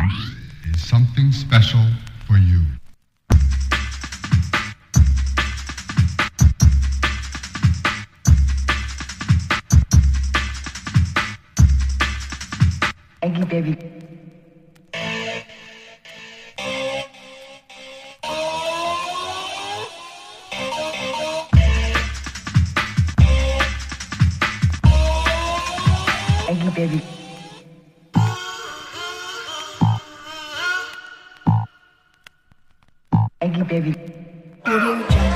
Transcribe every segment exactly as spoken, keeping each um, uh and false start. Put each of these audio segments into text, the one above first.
is something special for you. Thank you, baby. Thank you, baby. Thank you, baby. Audio Jungle.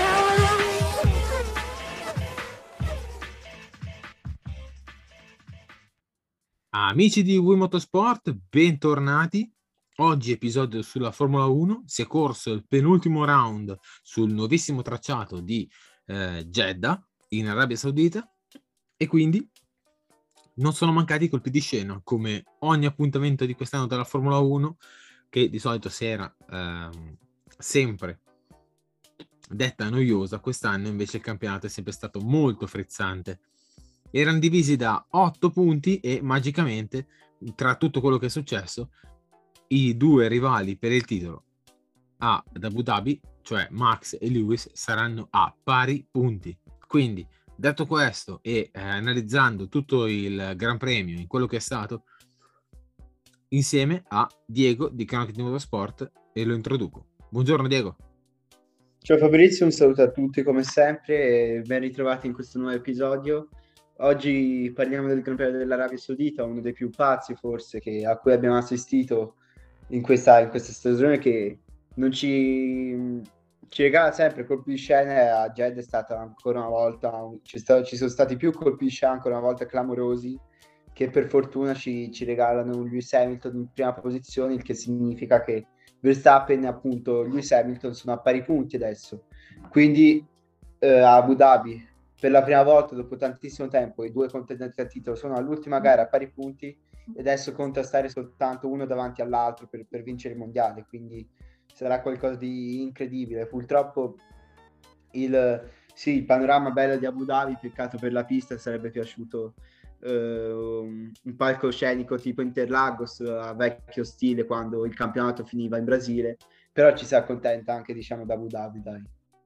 Amici di Wii Motorsport, bentornati. Oggi episodio sulla Formula uno. Si è corso il penultimo round sul nuovissimo tracciato di eh, Jeddah in Arabia Saudita e quindi non sono mancati i colpi di scena, come ogni appuntamento di quest'anno della Formula uno, che di solito si era ehm, sempre detta noiosa. Quest'anno invece il campionato è sempre stato molto frizzante. Erano divisi da otto punti e magicamente, tra tutto quello che è successo, i due rivali per il titolo ad Abu Dhabi, cioè Max e Lewis, saranno a pari punti. Quindi, detto questo e eh, analizzando tutto il Gran Premio in quello che è stato, insieme a Diego di Cronache di Motorsport, e lo introduco. Buongiorno Diego. Ciao Fabrizio, un saluto a tutti come sempre e ben ritrovati in questo nuovo episodio. Oggi parliamo del Gran Premio dell'Arabia Saudita, uno dei più pazzi forse che, a cui abbiamo assistito in questa, in questa stagione, che non ci, ci regala sempre colpi di scena. A Jeddah è stata ancora una volta, ci, sta, ci sono stati più colpi di scena ancora una volta clamorosi, che per fortuna ci, ci regalano un Lewis Hamilton in prima posizione, il che significa che Verstappen e appunto Lewis Hamilton sono a pari punti adesso. Quindi eh, a Abu Dhabi per la prima volta dopo tantissimo tempo i due contendenti al titolo sono all'ultima gara a pari punti e adesso conta stare soltanto uno davanti all'altro per, per vincere il mondiale, quindi sarà qualcosa di incredibile. Purtroppo il, sì, il panorama bello di Abu Dhabi, peccato per la pista, sarebbe piaciuto uh, un palcoscenico tipo Interlagos a vecchio stile quando il campionato finiva in Brasile, però ci si accontenta anche, diciamo, da Abu Dhabi, dai.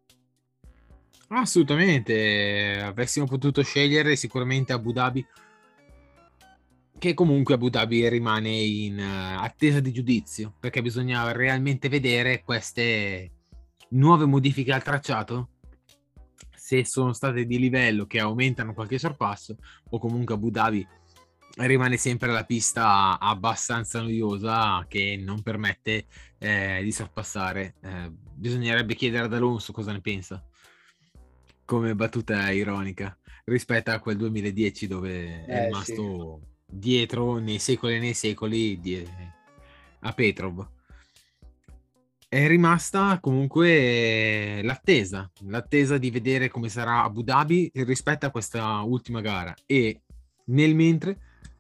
Assolutamente, avessimo potuto scegliere sicuramente Abu Dhabi, che comunque Abu Dhabi rimane in uh, attesa di giudizio, perché bisogna realmente vedere queste nuove modifiche al tracciato, se sono state di livello che aumentano qualche sorpasso o comunque Abu Dhabi rimane sempre la pista abbastanza noiosa che non permette eh, di sorpassare. Eh, bisognerebbe chiedere ad Alonso cosa ne pensa, come battuta ironica, rispetto a quel duemiladieci dove è Eh, rimasto sì. dietro nei secoli e nei secoli die- a Petrov. È rimasta comunque l'attesa, l'attesa di vedere come sarà Abu Dhabi rispetto a questa ultima gara, e nel mentre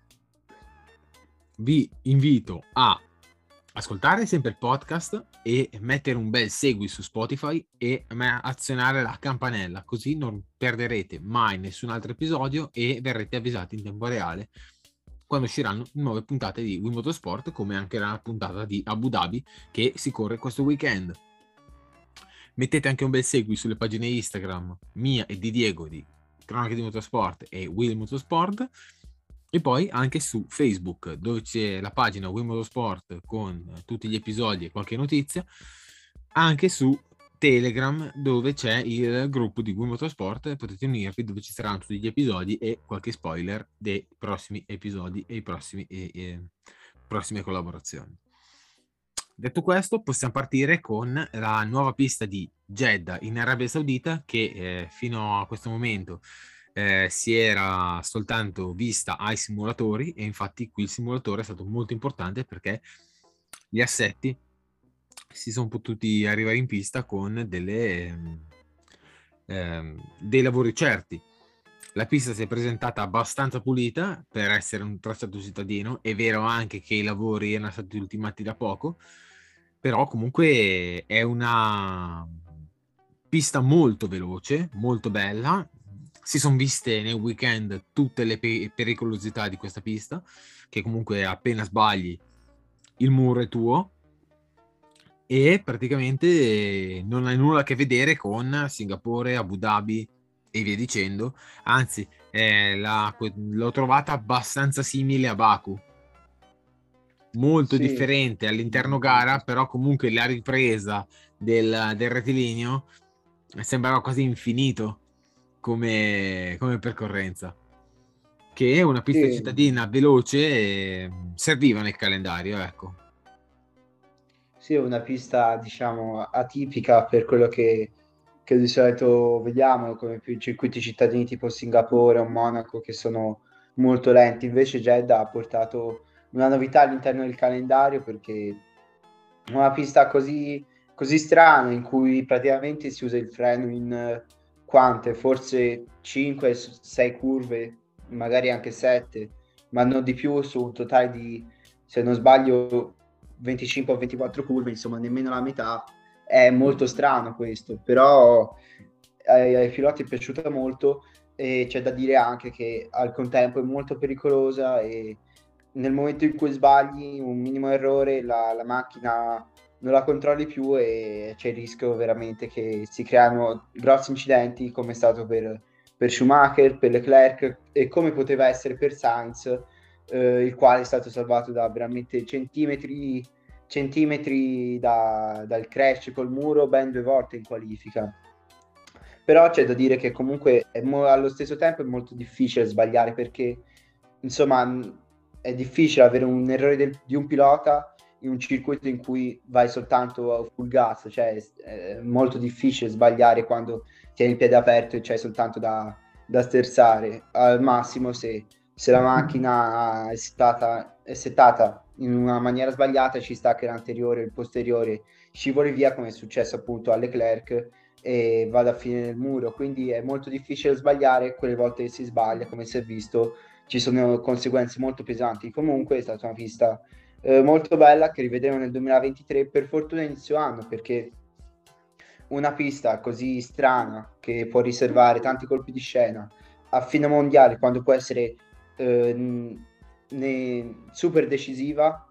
vi invito a ascoltare sempre il podcast e mettere un bel segui su Spotify e azionare la campanella, così non perderete mai nessun altro episodio e verrete avvisati in tempo reale quando usciranno nuove puntate di Wii Motorsport, come anche la puntata di Abu Dhabi che si corre questo weekend. Mettete anche un bel segui sulle pagine Instagram mia e di Diego di Cronache di Motorsport e Wii Motorsport, e poi anche su Facebook, dove c'è la pagina Wii Motorsport con tutti gli episodi e qualche notizia, anche su Telegram, dove c'è il gruppo di Wii Motorsport, potete unirvi, dove ci saranno tutti gli episodi e qualche spoiler dei prossimi episodi e i prossimi e, e prossime collaborazioni. Detto questo, possiamo partire con la nuova pista di Jeddah in Arabia Saudita, che eh, fino a questo momento eh, si era soltanto vista ai simulatori, e infatti qui il simulatore è stato molto importante perché gli assetti si sono potuti arrivare in pista con delle, ehm, ehm, dei lavori certi. La pista si è presentata abbastanza pulita per essere un tracciato cittadino. È vero anche che i lavori erano stati ultimati da poco, però comunque è una pista molto veloce, molto bella. Si sono viste nel weekend tutte le pe- pericolosità di questa pista, che comunque appena sbagli il muro è tuo e praticamente eh, non hai nulla a che vedere con Singapore, Abu Dhabi e via dicendo. Anzi, eh, la- l'ho trovata abbastanza simile a Baku, molto Sì, differente all'interno gara, però comunque la ripresa del, del rettilineo sembrava quasi infinito come, come percorrenza, che è una pista sì. cittadina veloce e serviva nel calendario, ecco. Sì, è una pista, diciamo, atipica per quello che, che di solito vediamo, come più circuiti cittadini tipo Singapore o Monaco, che sono molto lenti. Invece Jeddah ha portato una novità all'interno del calendario perché è una pista così, così strana in cui praticamente si usa il freno in eh, quante? Forse cinque sei curve, magari anche sette, ma non di più su un totale di, se non sbaglio, venticinque o ventiquattro curve, insomma nemmeno la metà. È molto strano questo, però ai, ai piloti è piaciuta molto e c'è da dire anche che al contempo è molto pericolosa e nel momento in cui sbagli un minimo errore la, la macchina non la controlli più e c'è il rischio veramente che si creano grossi incidenti come è stato per, per Schumacher, per Leclerc e come poteva essere per Sainz, eh, il quale è stato salvato da veramente centimetri, centimetri da, dal crash col muro ben due volte in qualifica. Però c'è da dire che comunque è mo- allo stesso tempo è molto difficile sbagliare perché insomma mh, è difficile avere un errore del- di un pilota in un circuito in cui vai soltanto a full gas, cioè è, è molto difficile sbagliare quando tieni il piede aperto e c'è soltanto da, da sterzare. Al massimo se, se la macchina è settata, è settata in una maniera sbagliata ci sta che l'anteriore e il posteriore scivoli via come è successo appunto a Leclerc e vada a finire nel muro, quindi è molto difficile sbagliare. Quelle volte che si sbaglia, come si è visto, ci sono conseguenze molto pesanti. Comunque è stata una pista eh, molto bella che rivedremo nel duemilaventitré, per fortuna inizio anno, perché una pista così strana che può riservare tanti colpi di scena a fine mondiale, quando può essere eh, ne- super decisiva,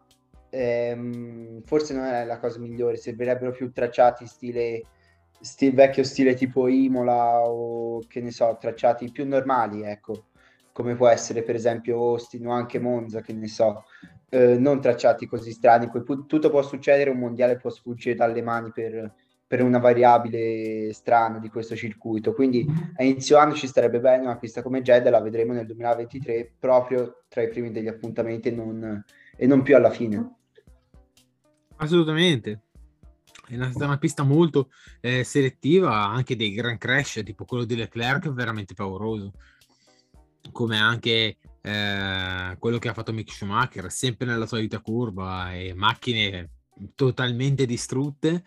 ehm, forse non è la cosa migliore. Servirebbero più tracciati stile, sti- vecchio stile tipo Imola o che ne so, tracciati più normali, ecco, come può essere per esempio Austin o anche Monza, che ne so, eh, non tracciati così strani, in cui pu- tutto può succedere, un mondiale può sfuggire dalle mani per, per una variabile strana di questo circuito. Quindi a inizio anno ci starebbe bene una pista come Jeddah, la vedremo nel duemilaventitré proprio tra i primi degli appuntamenti e non, e non più alla fine. Assolutamente. È una, stata una pista molto eh, selettiva, anche dei gran crash, tipo quello di Leclerc, veramente pauroso. Come anche eh, quello che ha fatto Mick Schumacher, sempre nella solita curva, e macchine totalmente distrutte,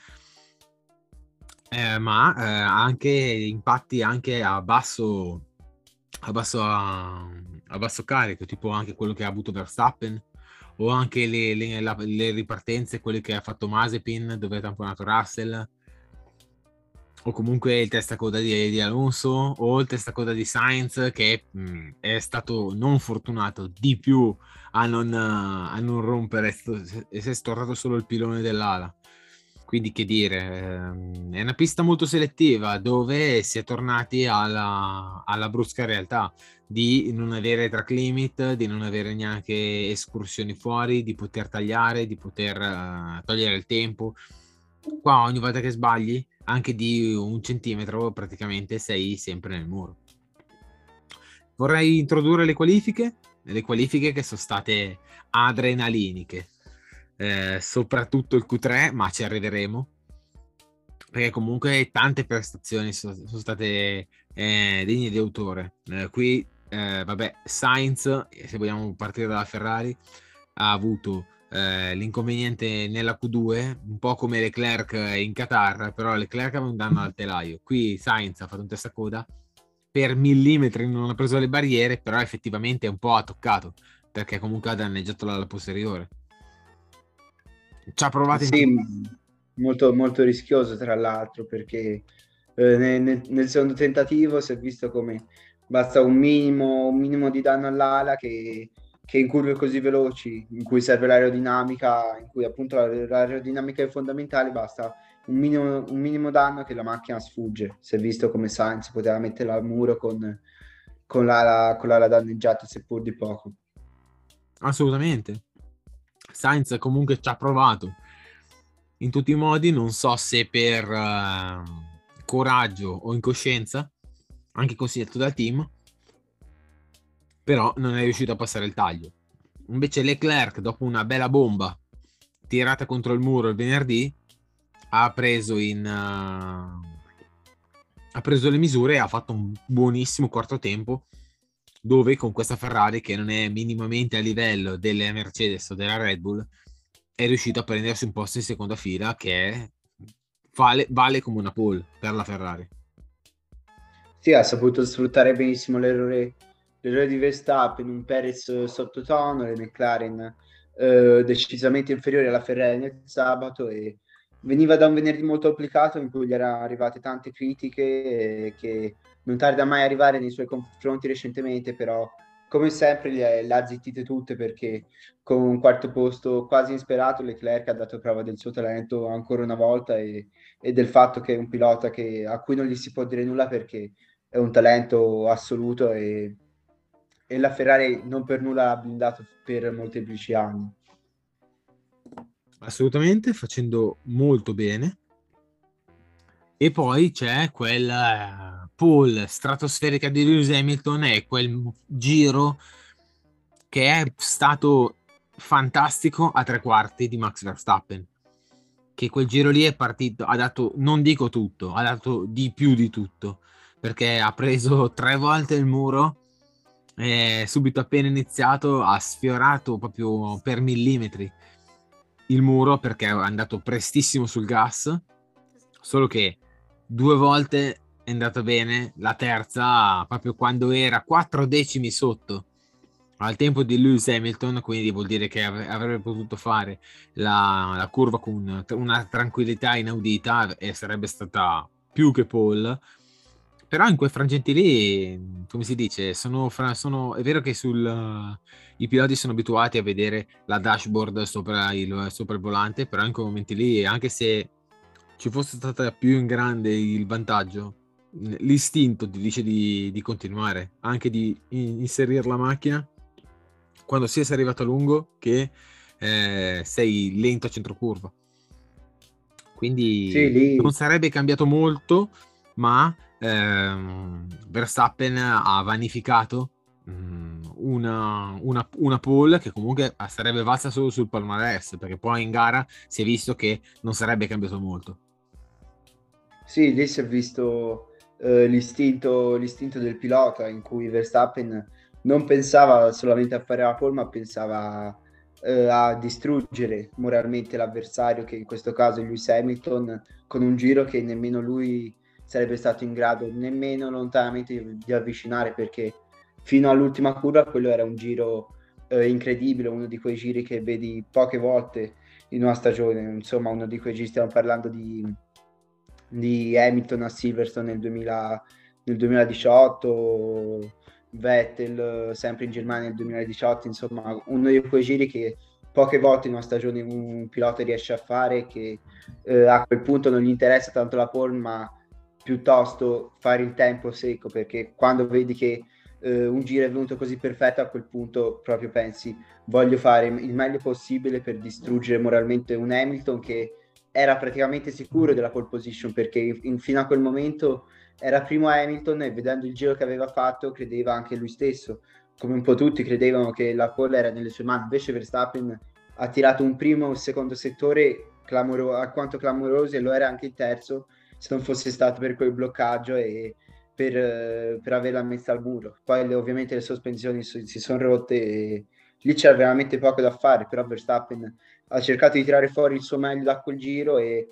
eh, ma eh, anche impatti anche a basso, a basso, a, a basso carico, tipo anche quello che ha avuto Verstappen, o anche le, le- la- le ripartenze, quelle che ha fatto Mazepin, dove ha tamponato Russell, o comunque il testacoda di, di Alonso, o il testacoda di Sainz, che mh, è stato non fortunato di più a non, a non rompere, sto- e si è stortato solo il pilone dell'ala. Quindi che dire, ehm, è una pista molto selettiva dove si è tornati alla, alla brusca realtà di non avere track limit, di non avere neanche escursioni fuori, di poter tagliare, di poter eh, togliere il tempo. Qua ogni volta che sbagli, anche di un centimetro, praticamente sei sempre nel muro. Vorrei introdurre le qualifiche, le qualifiche che sono state adrenaliniche, eh, soprattutto il Q tre, ma ci arriveremo, perché comunque tante prestazioni sono, sono state eh, degne di autore. Eh, qui, eh, vabbè, Sainz, se vogliamo partire dalla Ferrari, ha avuto eh, l'inconveniente nella Q due, un po' come Leclerc in Qatar, però Leclerc aveva un danno al telaio. Qui Sainz ha fatto un testacoda, per millimetri non ha preso le barriere, però effettivamente un po' ha toccato, perché comunque ha danneggiato la, la posteriore. Ci ha provato in Sì, tutto. molto, molto rischioso tra l'altro perché eh, nel, nel- nel secondo tentativo si è visto come basta un minimo, un minimo di danno all'ala che che in curve così veloci, in cui serve l'aerodinamica, in cui appunto l'aerodinamica è fondamentale, basta un minimo, un minimo danno che la macchina sfugge. Si è visto come Sainz poteva metterla al muro con, con l'ala, con l'ala danneggiata, seppur di poco. Assolutamente. Sainz comunque ci ha provato in tutti i modi, non so se per uh, coraggio o incoscienza, anche consigliato dal team, però non è riuscito a passare il taglio. Invece Leclerc, dopo una bella bomba tirata contro il muro il venerdì, ha preso in uh, ha preso le misure e ha fatto un buonissimo quarto tempo, dove con questa Ferrari, che non è minimamente a livello delle Mercedes o della Red Bull, è riuscito a prendersi un posto in seconda fila che è, vale, vale come una pole per la Ferrari. Sì, ha saputo sfruttare benissimo l'errore, l'errore di Verstappen, un Perez sottotono, le McLaren eh, decisamente inferiori alla Ferrari nel sabato, e veniva da un venerdì molto applicato in cui gli erano arrivate tante critiche eh, che non tarda mai a arrivare nei suoi confronti recentemente, però come sempre le, le ha zittite tutte, perché con un quarto posto quasi insperato Leclerc ha dato prova del suo talento ancora una volta e, e del fatto che è un pilota che, a cui non gli si può dire nulla, perché è un talento assoluto e, e la Ferrari non per nulla l'ha blindato per molteplici anni. Assolutamente, facendo molto bene. E poi c'è quella pole stratosferica di Lewis Hamilton e quel giro che è stato fantastico a tre quarti di Max Verstappen, che quel giro lì è partito, ha dato, non dico tutto, ha dato di più di tutto, perché ha preso tre volte il muro e subito appena iniziato ha sfiorato proprio per millimetri il muro, perché è andato prestissimo sul gas, solo che due volte è andata bene, la terza proprio quando era quattro decimi sotto al tempo di Lewis Hamilton, quindi vuol dire che avrebbe potuto fare la, la curva con una tranquillità inaudita e sarebbe stata più che pole. Però in quei frangenti lì, come si dice, sono, sono è vero che sul, uh, i piloti sono abituati a vedere la dashboard sopra il, sopra il volante, però in quei momenti lì, anche se ci fosse stata più in grande il vantaggio, l'istinto ti dice di, di continuare, anche di inserire la macchina quando sia sei arrivato a lungo che eh, sei lento a centrocurva. Quindi Sì, lì... non sarebbe cambiato molto, ma ehm, Verstappen ha vanificato mh, una, una, una pole che comunque sarebbe valsa solo sul palmarès, perché poi in gara si è visto che non sarebbe cambiato molto. Sì, lì si è visto eh, l'istinto, l'istinto del pilota, in cui Verstappen non pensava solamente a fare la pole, ma pensava eh, a distruggere moralmente l'avversario, che in questo caso è Lewis Hamilton, con un giro che nemmeno lui sarebbe stato in grado nemmeno lontanamente di, di avvicinare, perché fino all'ultima curva quello era un giro eh, incredibile, uno di quei giri che vedi poche volte in una stagione. Insomma, uno di quei giri, stiamo parlando di, di Hamilton a Silverstone nel, duemila, nel duemiladiciotto, Vettel sempre in Germania nel duemiladiciotto, insomma uno di quei giri che poche volte in una stagione un pilota riesce a fare, che eh, a quel punto non gli interessa tanto la pole, ma piuttosto fare il tempo secco, perché quando vedi che eh, un giro è venuto così perfetto, a quel punto proprio pensi voglio fare il meglio possibile per distruggere moralmente un Hamilton che era praticamente sicuro della pole position, perché in, fino a quel momento era primo Hamilton e vedendo il giro che aveva fatto credeva anche lui stesso, come un po' tutti credevano che la pole era nelle sue mani. Invece Verstappen ha tirato un primo o secondo settore clamoro- alquanto clamorosi, e lo era anche il terzo se non fosse stato per quel bloccaggio e per, eh, per averla messa al muro. Poi le, ovviamente le sospensioni si, si sono rotte e lì c'era veramente poco da fare, però Verstappen ha cercato di tirare fuori il suo meglio da quel giro e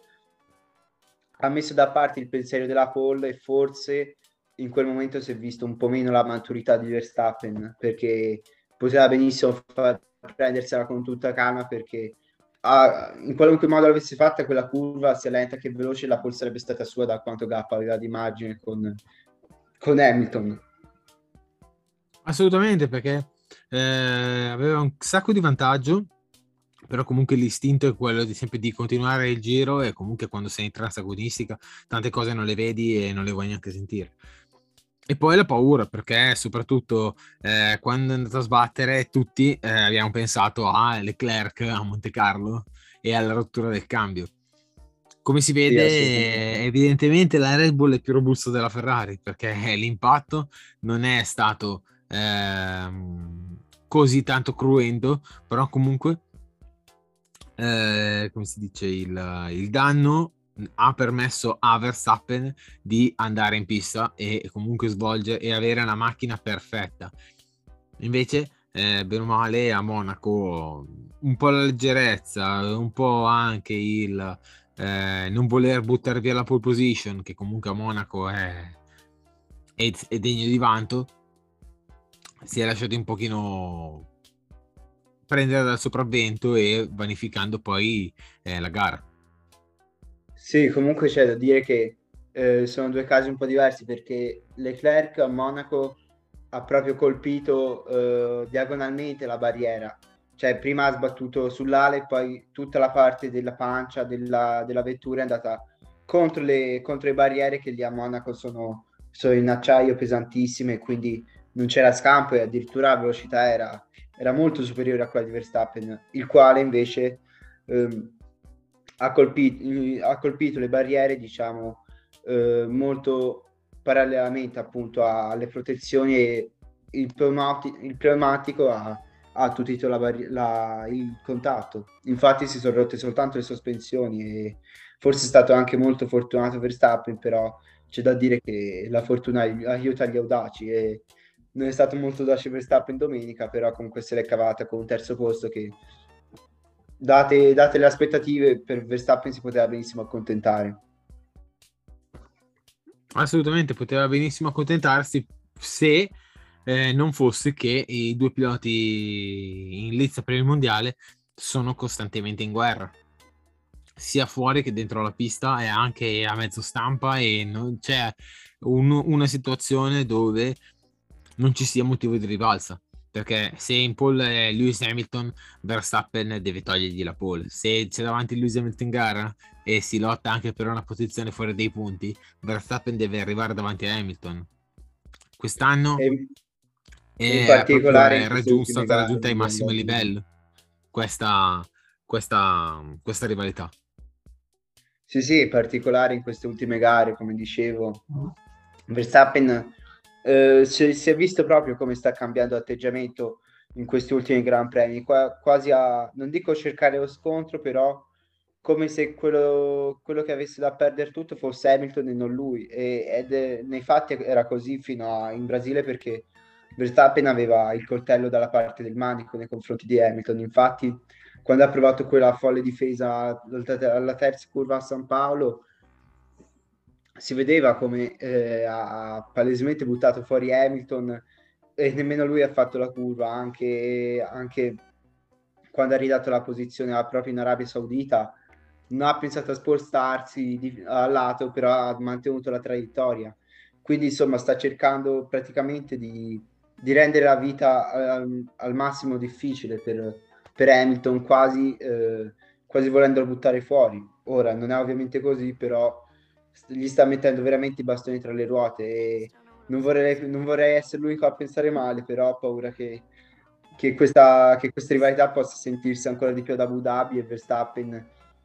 ha messo da parte il pensiero della pole, e forse in quel momento si è visto un po' meno la maturità di Verstappen, perché poteva benissimo far prendersela con tutta calma, perché ah, in qualunque modo l'avesse fatta quella curva, sia lenta che veloce, la pole sarebbe stata sua, da quanto gap aveva di margine con, con Hamilton. Assolutamente, perché eh, aveva un sacco di vantaggio, però comunque l'istinto è quello di sempre di continuare il giro, e comunque quando sei in trance agonistica tante cose non le vedi e non le vuoi neanche sentire. E poi la paura, perché soprattutto eh, quando è andato a sbattere tutti eh, abbiamo pensato a Leclerc a Monte Carlo e alla rottura del cambio. Come si Sì, vede, assolutamente. evidentemente la Red Bull è più robusta della Ferrari, perché l'impatto non è stato ehm, così tanto cruento, però comunque, eh, come si dice, il, il danno ha permesso a Verstappen di andare in pista e comunque svolgere e avere una macchina perfetta. Invece, eh, bene o male, a Monaco un po' la leggerezza, un po' anche il eh, non voler buttare via la pole position, che comunque a Monaco è, è, è degno di vanto, si è lasciato un pochino prendere dal sopravvento e vanificando poi eh, la gara. Sì, comunque c'è da dire che eh, sono due casi un po' diversi, perché Leclerc a Monaco ha proprio colpito eh, diagonalmente la barriera, cioè prima ha sbattuto sull'ala e poi tutta la parte della pancia della, della vettura è andata contro le, contro le barriere, che lì a Monaco sono, sono in acciaio pesantissime, quindi non c'era scampo e addirittura la velocità era, era molto superiore a quella di Verstappen, il quale invece ehm, ha colpito, ha colpito le barriere, diciamo, eh, molto parallelamente appunto alle protezioni, e il, pneumati- il pneumatico ha, ha attutito la barri- la- il contatto. Infatti si sono rotte soltanto le sospensioni e forse è stato anche molto fortunato Verstappen, però c'è da dire che la fortuna aiuta gli audaci, e non è stato molto audace Verstappen domenica, però comunque se l'è cavata con un terzo posto che, date, date le aspettative, per Verstappen si poteva benissimo accontentare. Assolutamente, poteva benissimo accontentarsi se eh, non fosse che i due piloti in lizza per il mondiale sono costantemente in guerra, sia fuori che dentro la pista e anche a mezzo stampa, e non c'è un- una situazione dove non ci sia motivo di rivalsa, perché se in pole è Lewis Hamilton, Verstappen deve togliergli la pole. Se c'è davanti Lewis Hamilton in gara e si lotta anche per una posizione fuori dei punti, Verstappen deve arrivare davanti a Hamilton. Quest'anno E, e in è proprio particolare in è queste raggiunta, ultime stata gare raggiunta ai dobbiamo massimi dargli... livelli questa, questa, questa rivalità. Sì, sì, in particolare in queste ultime gare, come dicevo, Verstappen eh, si, si è visto proprio come sta cambiando atteggiamento in questi ultimi Gran Premi, qua- quasi a, non dico cercare lo scontro, però come se quello, quello che avesse da perdere tutto fosse Hamilton e non lui, e, ed è- nei fatti era così fino a in Brasile, perché Verstappen aveva il coltello dalla parte del manico nei confronti di Hamilton. Infatti quando ha provato quella folle difesa alla terza curva a San Paolo, si vedeva come eh, ha palesemente buttato fuori Hamilton, e nemmeno lui ha fatto la curva, anche, anche quando ha ridato la posizione proprio in Arabia Saudita, non ha pensato a spostarsi di, a lato, però ha mantenuto la traiettoria. Quindi insomma sta cercando praticamente di, di rendere la vita eh, al massimo difficile per, per Hamilton, quasi, eh, quasi volendolo buttare fuori. Ora non è ovviamente così, però gli sta mettendo veramente i bastoni tra le ruote, e non vorrei, non vorrei essere l'unico a pensare male, però ho paura che, che questa, che questa rivalità possa sentirsi ancora di più ad Abu Dhabi, e Verstappen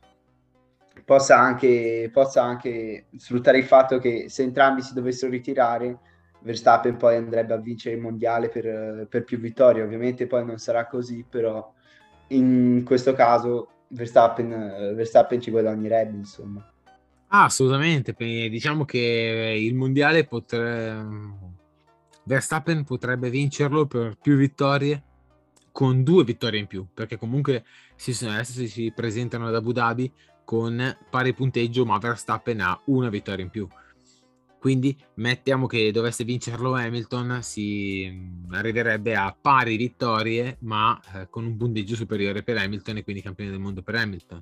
possa anche, possa anche sfruttare il fatto che se entrambi si dovessero ritirare, Verstappen poi andrebbe a vincere il mondiale per, per più vittorie. Ovviamente poi non sarà così, però in questo caso Verstappen, Verstappen ci guadagnerebbe, insomma. Ah, assolutamente, perché diciamo che il mondiale potrebbe... Verstappen potrebbe vincerlo per più vittorie, con due vittorie in più, perché comunque si sono, adesso si presentano ad Abu Dhabi con pari punteggio, ma Verstappen ha una vittoria in più. Quindi mettiamo che dovesse vincerlo Hamilton, si mh, arriverebbe a pari vittorie, ma eh, con un punteggio superiore per Hamilton, e quindi campione del mondo per Hamilton.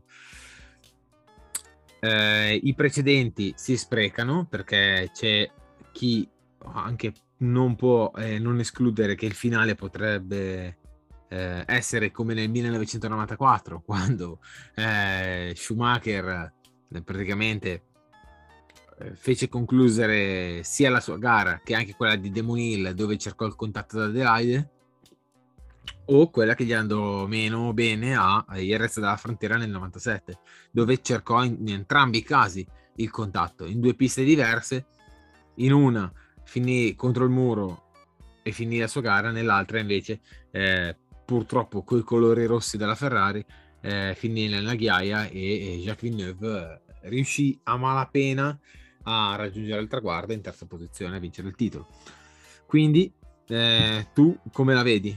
Eh, I precedenti si sprecano, perché c'è chi anche non può eh, non escludere che il finale potrebbe eh, essere come nel millenovecentonovantaquattro, quando eh, Schumacher eh, praticamente eh, fece concludere sia la sua gara che anche quella di Damon Hill, dove cercò il contatto da Adelaide, o quella che gli andò meno bene a Jerez della Frontera nel novantasette, dove cercò in, in entrambi i casi il contatto in due piste diverse. In una finì contro il muro e finì la sua gara, nell'altra invece eh, purtroppo coi colori rossi della Ferrari eh, finì nella ghiaia e, e Jacques Villeneuve eh, riuscì a malapena a raggiungere il traguardo in terza posizione, a vincere il titolo. Quindi eh, tu come la vedi?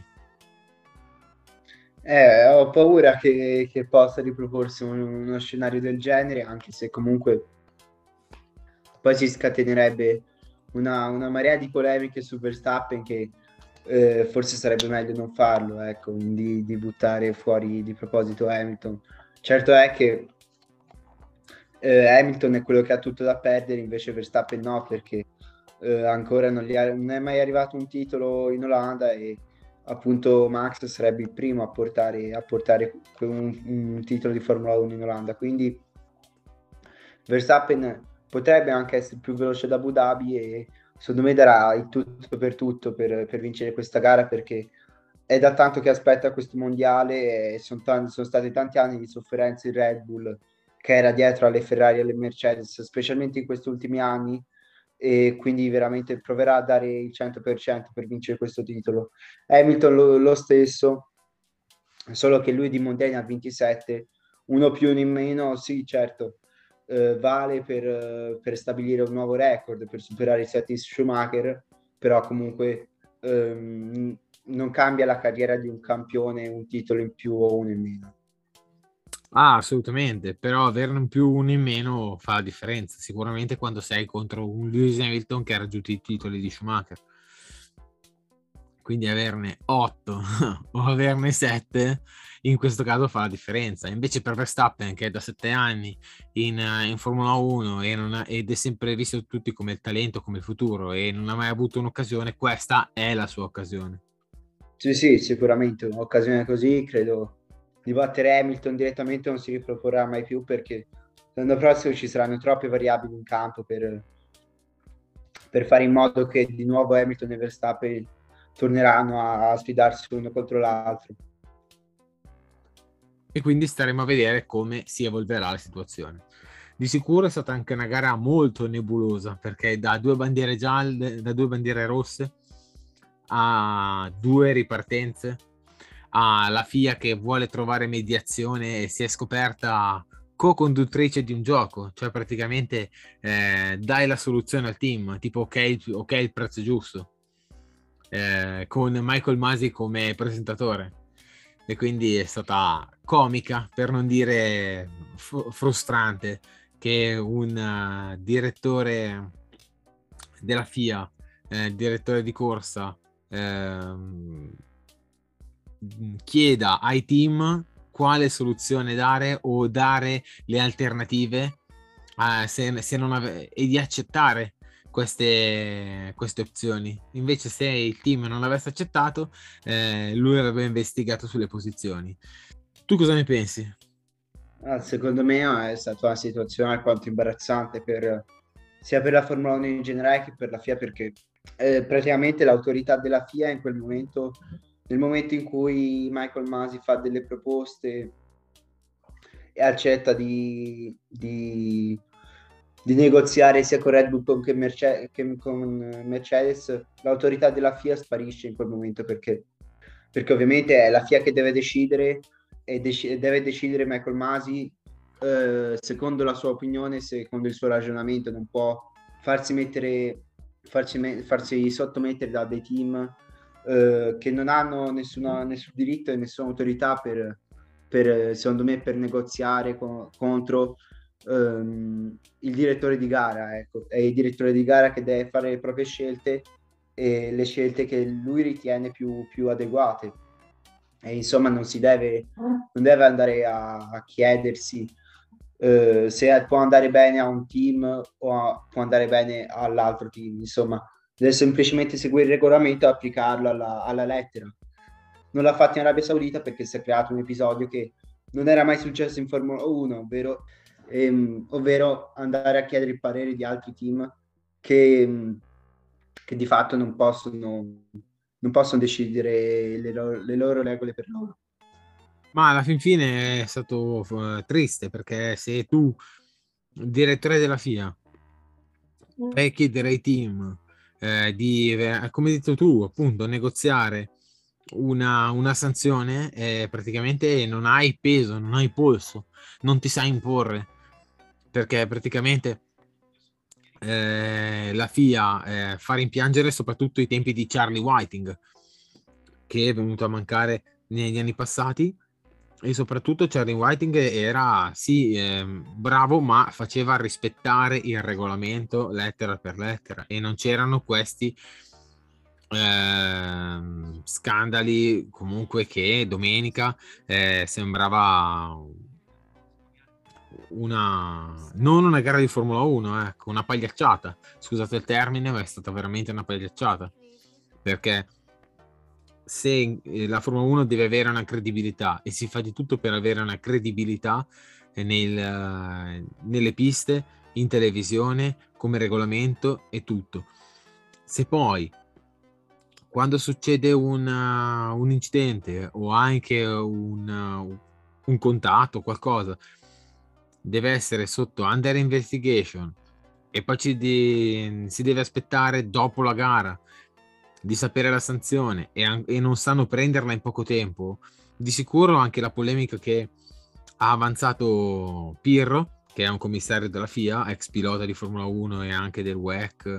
Eh, ho paura che, che possa riproporsi un- uno scenario del genere, anche se comunque poi si scatenerebbe una, una marea di polemiche su Verstappen che eh, forse sarebbe meglio non farlo, ecco, di, di buttare fuori di proposito Hamilton. Certo è che eh, Hamilton è quello che ha tutto da perdere, invece Verstappen no, perché eh, ancora non, gli è, non è mai arrivato un titolo in Olanda e appunto Max sarebbe il primo a portare, a portare un, un titolo di Formula uno in Olanda, quindi Verstappen potrebbe anche essere più veloce da Abu Dhabi e secondo me darà il tutto per tutto per, per vincere questa gara, perché è da tanto che aspetta questo mondiale e sono, tanti, sono stati tanti anni di sofferenza in Red Bull, che era dietro alle Ferrari e alle Mercedes, specialmente in questi ultimi anni, e quindi veramente proverà a dare il cento per cento per vincere questo titolo. Hamilton lo, lo stesso, solo che lui di mondiali ha ventisette, uno più uno in meno, sì certo, eh, vale per, eh, per stabilire un nuovo record, per superare i set di Schumacher, però comunque ehm, non cambia la carriera di un campione un titolo in più o uno in meno. Ah, assolutamente, però averne un più uno in meno fa la differenza, sicuramente quando sei contro un Lewis Hamilton che ha raggiunto i titoli di Schumacher. Quindi averne otto o averne sette in questo caso fa la differenza. Invece per Verstappen, che è da sette anni in, in Formula uno e non ha, ed è sempre visto da tutti come il talento, come il futuro, e non ha mai avuto un'occasione, questa è la sua occasione. Sì, sì, sicuramente un'occasione così, credo di battere Hamilton direttamente non si riproporrà mai più, perché l'anno prossimo ci saranno troppe variabili in campo per, per fare in modo che di nuovo Hamilton e Verstappen torneranno a, a sfidarsi uno contro l'altro. E quindi staremo a vedere come si evolverà la situazione. Di sicuro è stata anche una gara molto nebulosa, perché da due bandiere gialle, da due bandiere rosse a due ripartenze, alla F I A che vuole trovare mediazione e si è scoperta co-conduttrice di un gioco, cioè praticamente eh, dai la soluzione al team, tipo ok, ok il prezzo giusto, eh, con Michael Masi come presentatore. E quindi è stata comica, per non dire f- frustrante, che un uh, direttore della F I A, eh, direttore di corsa, ehm, chieda ai team quale soluzione dare o dare le alternative eh, se, se non ave- e di accettare queste, queste opzioni. Invece se il team non avesse accettato, eh, lui avrebbe investigato sulle posizioni. Tu cosa ne pensi? Ah, secondo me è stata una situazione alquanto imbarazzante per, sia per la Formula uno in generale che per la F I A, perché eh, praticamente l'autorità della F I A in quel momento, nel momento in cui Michael Masi fa delle proposte e accetta di, di, di negoziare sia con Red Bull che, Merce- che con Mercedes, l'autorità della F I A sparisce in quel momento, perché, perché ovviamente è la F I A che deve decidere e dec- deve decidere Michael Masi eh, secondo la sua opinione, secondo il suo ragionamento, non può farsi mettere farsi, me- farsi sottomettere da dei team eh, che non hanno nessuna, nessun diritto e nessuna autorità per, per secondo me per negoziare co- contro ehm, il direttore di gara, ecco. È il direttore di gara che deve fare le proprie scelte e le scelte che lui ritiene più, più adeguate. E insomma non si deve, non deve andare a, a chiedersi eh, se può andare bene a un team o a, può andare bene all'altro team. Insomma, deve semplicemente seguire il regolamento e applicarlo alla, alla lettera. Non l'ha fatto in Arabia Saudita perché si è creato un episodio che non era mai successo in Formula uno, ovvero, ehm, ovvero andare a chiedere il parere di altri team che, che di fatto non possono, non possono decidere le loro, le loro regole per loro. Ma alla fin fine è stato uh, triste, perché se tu, direttore della F I A, vai a chiedere ai team eh, di, eh, come hai detto tu, appunto, negoziare una, una sanzione, eh, praticamente non hai peso, non hai polso, non ti sai imporre, perché praticamente eh, la F I A eh, fa rimpiangere soprattutto i tempi di Charlie Whiting, che è venuto a mancare negli anni passati. E soprattutto Charlie Whiting era sì eh, bravo, ma faceva rispettare il regolamento lettera per lettera, e non c'erano questi eh, scandali comunque che domenica eh, sembrava una non una gara di Formula uno, ecco, una pagliacciata, scusate il termine, ma è stata veramente una pagliacciata, perché se la Formula uno deve avere una credibilità, e si fa di tutto per avere una credibilità nel, nelle piste, in televisione, come regolamento e tutto. Se poi quando succede una, un incidente o anche un, un contatto, qualcosa, deve essere sotto under investigation, e poi ci di, si deve aspettare dopo la gara di sapere la sanzione, e, e non sanno prenderla in poco tempo, di sicuro anche la polemica che ha avanzato Pirro, che è un commissario della F I A, ex pilota di Formula uno e anche del W E C,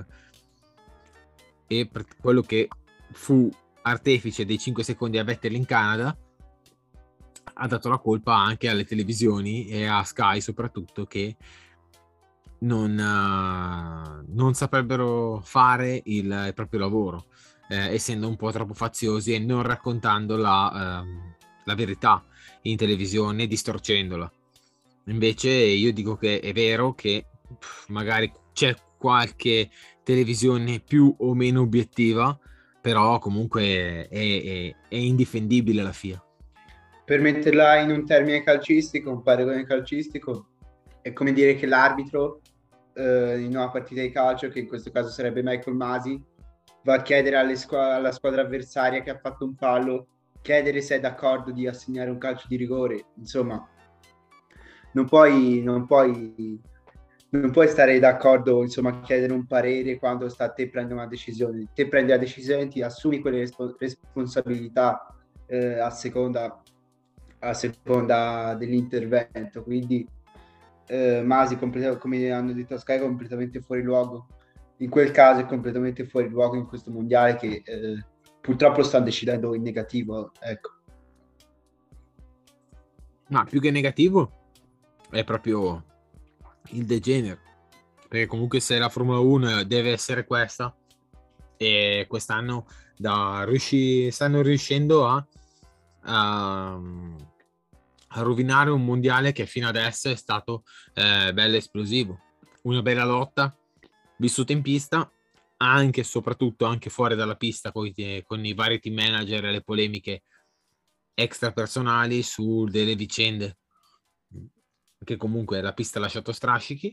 e per quello che fu artefice dei cinque secondi a Vettel in Canada, ha dato la colpa anche alle televisioni e a Sky soprattutto, che non, uh, non saprebbero fare il, il proprio lavoro, eh, essendo un po' troppo faziosi e non raccontando la, uh, la verità in televisione, distorcendola. Invece io dico che è vero che pff, magari c'è qualche televisione più o meno obiettiva, però comunque è, è, è indifendibile la F I A. Per metterla in un termine calcistico, un paragone calcistico, è come dire che l'arbitro eh, in una partita di calcio, che in questo caso sarebbe Michael Masi, va a chiedere alle squ- alla squadra avversaria che ha fatto un fallo, chiedere se è d'accordo di assegnare un calcio di rigore. Insomma, non puoi, non puoi, non puoi stare d'accordo, insomma, a chiedere un parere quando sta a te prendere una decisione. Te prendi la decisione, ti assumi quelle respo- responsabilità eh, a seconda a seconda dell'intervento. Quindi eh, Masi, completa- come hanno detto a Sky, è completamente fuori luogo. In quel caso è completamente fuori luogo in questo mondiale, che eh, purtroppo stanno decidendo in negativo, ecco. Ma più che negativo è proprio il degenero, perché comunque se la Formula uno deve essere questa, e quest'anno da riusci- stanno riuscendo a, a, a rovinare un mondiale che fino adesso è stato eh, bello esplosivo, una bella lotta vissuta in pista, anche e soprattutto anche fuori dalla pista, con i, con i vari team manager e le polemiche extrapersonali su delle vicende che comunque la pista ha lasciato strascichi,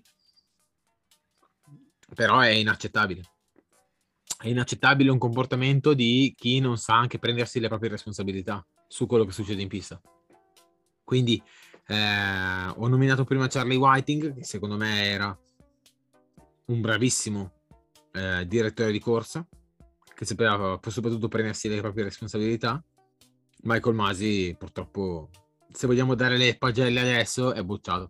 però è inaccettabile. È inaccettabile un comportamento di chi non sa anche prendersi le proprie responsabilità su quello che succede in pista. Quindi eh, ho nominato prima Charlie Whiting, che secondo me era un bravissimo eh, direttore di corsa, che sapeva soprattutto prendersi le proprie responsabilità. Michael Masi purtroppo, se vogliamo dare le pagelle adesso, è bocciato.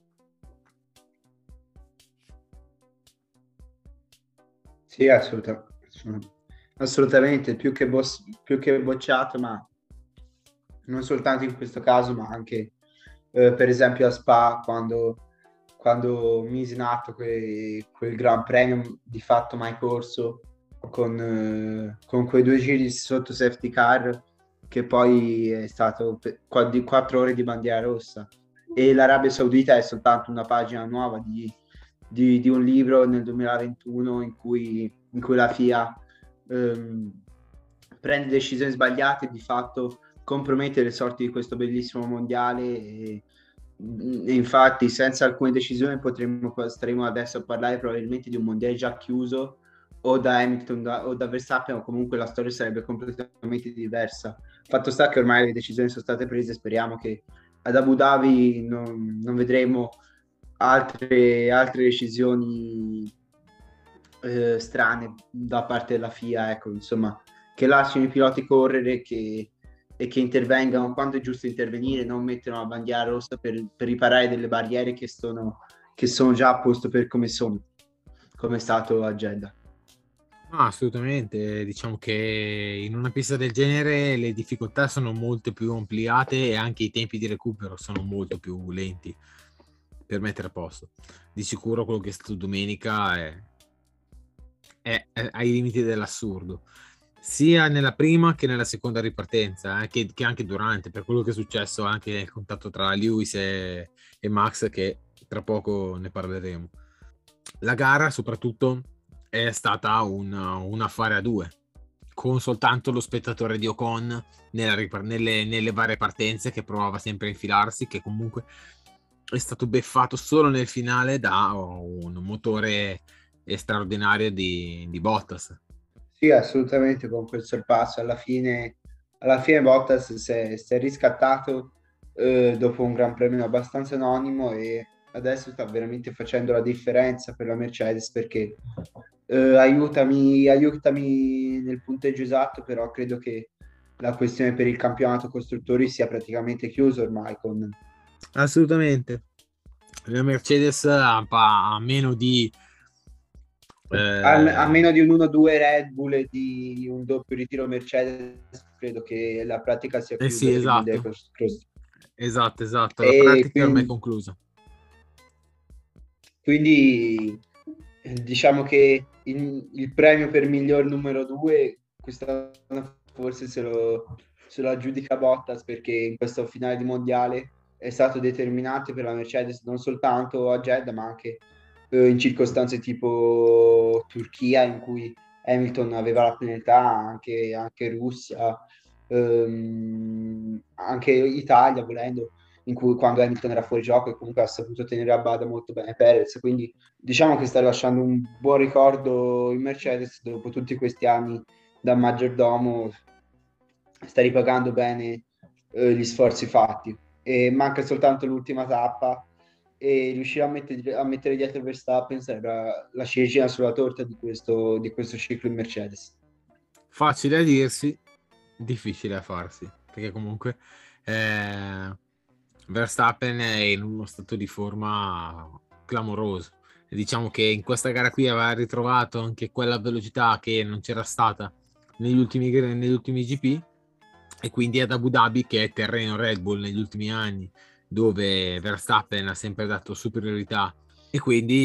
Sì, assolutamente, assolutamente, più che, boss- più che bocciato, ma non soltanto in questo caso, ma anche eh, per esempio a Spa, quando, quando mise in atto que- quel Gran Premio di fatto mai corso, con, eh, con quei due giri sotto safety car, che poi è stato per- qua- di quattro ore di bandiera rossa. E l'Arabia Saudita è soltanto una pagina nuova di, di- di un libro nel duemilaventuno in cui in cui la F I A ehm, prende decisioni sbagliate e di fatto compromette le sorti di questo bellissimo mondiale e, e infatti senza alcune decisioni potremmo staremo adesso a parlare probabilmente di un mondiale già chiuso o da Hamilton da, o da Verstappen, o comunque la storia sarebbe completamente diversa. Fatto sta che ormai le decisioni sono state prese, speriamo che ad Abu Dhabi non, non vedremo altre, altre decisioni eh, strane da parte della F I A, ecco, insomma, che lasciano i piloti correre che, e che intervengano quando è giusto intervenire, non mettono la bandiera rossa per, per riparare delle barriere che sono, che sono già a posto per come sono, come è stato a Jeddah. Ah, assolutamente, diciamo che in una pista del genere le difficoltà sono molto più ampliate e anche i tempi di recupero sono molto più lenti per mettere a posto. Di sicuro quello che è stato domenica è, è, è ai limiti dell'assurdo, sia nella prima che nella seconda ripartenza, eh, che, che anche durante, per quello che è successo anche nel contatto tra Lewis e, e Max, che tra poco ne parleremo. La gara soprattutto è stata un, un affare a due, con soltanto lo spettatore di Ocon nella ripar- nelle, nelle varie partenze, che provava sempre a infilarsi, che comunque è stato beffato solo nel finale da un motore straordinario di, di Bottas. Sì, assolutamente, con quel sorpasso alla fine, alla fine Bottas si è, si è riscattato eh, dopo un Gran Premio abbastanza anonimo e adesso sta veramente facendo la differenza per la Mercedes, perché eh, aiutami, aiutami nel punteggio esatto, però credo che la questione per il campionato costruttori sia praticamente chiusa ormai con... Assolutamente, la Mercedes a, a meno di eh... a, a meno di un uno due Red Bull e di un doppio ritiro Mercedes, credo che la pratica sia chiusa. Eh sì, esatto. Cross, cross. esatto, esatto, la e pratica quindi, ormai è conclusa. Quindi diciamo che il, il premio per miglior numero due quest'anno forse se lo, se lo aggiudica Bottas, perché in questo finale di mondiale è stato determinante per la Mercedes non soltanto a Jeddah ma anche eh, in circostanze tipo Turchia, in cui Hamilton aveva la penalità, anche, anche Russia, ehm, anche Italia volendo, in cui quando Hamilton era fuori gioco e comunque ha saputo tenere a bada molto bene Perez, quindi diciamo che sta lasciando un buon ricordo in Mercedes dopo tutti questi anni da maggiordomo, sta ripagando bene eh, gli sforzi fatti e manca soltanto l'ultima tappa e riuscire a mettere, a mettere dietro Verstappen sarà la ciliegina sulla torta di questo, di questo ciclo in Mercedes. Facile a dirsi, difficile a farsi, perché comunque eh, Verstappen è in uno stato di forma clamoroso. E diciamo che in questa gara qui aveva ritrovato anche quella velocità che non c'era stata negli ultimi, negli ultimi G P, e quindi ad Abu Dhabi, che è terreno Red Bull negli ultimi anni, dove Verstappen ha sempre dato superiorità, e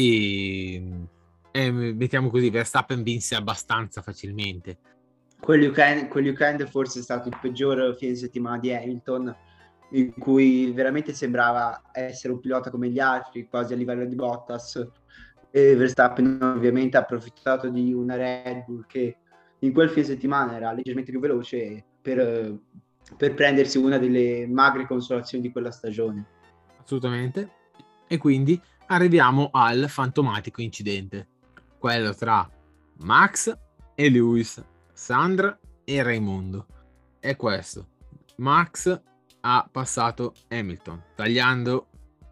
quindi eh, mettiamo così, Verstappen vinse abbastanza facilmente. Quel weekend, quel weekend forse è stato il peggior fine settimana di Hamilton, in cui veramente sembrava essere un pilota come gli altri, quasi a livello di Bottas, e Verstappen ovviamente ha approfittato di una Red Bull che in quel fine settimana era leggermente più veloce per, per prendersi una delle magre consolazioni di quella stagione. Assolutamente. E quindi arriviamo al fantomatico incidente, quello tra Max e Lewis, Sandra e Raimondo. È questo: Max ha passato Hamilton tagliando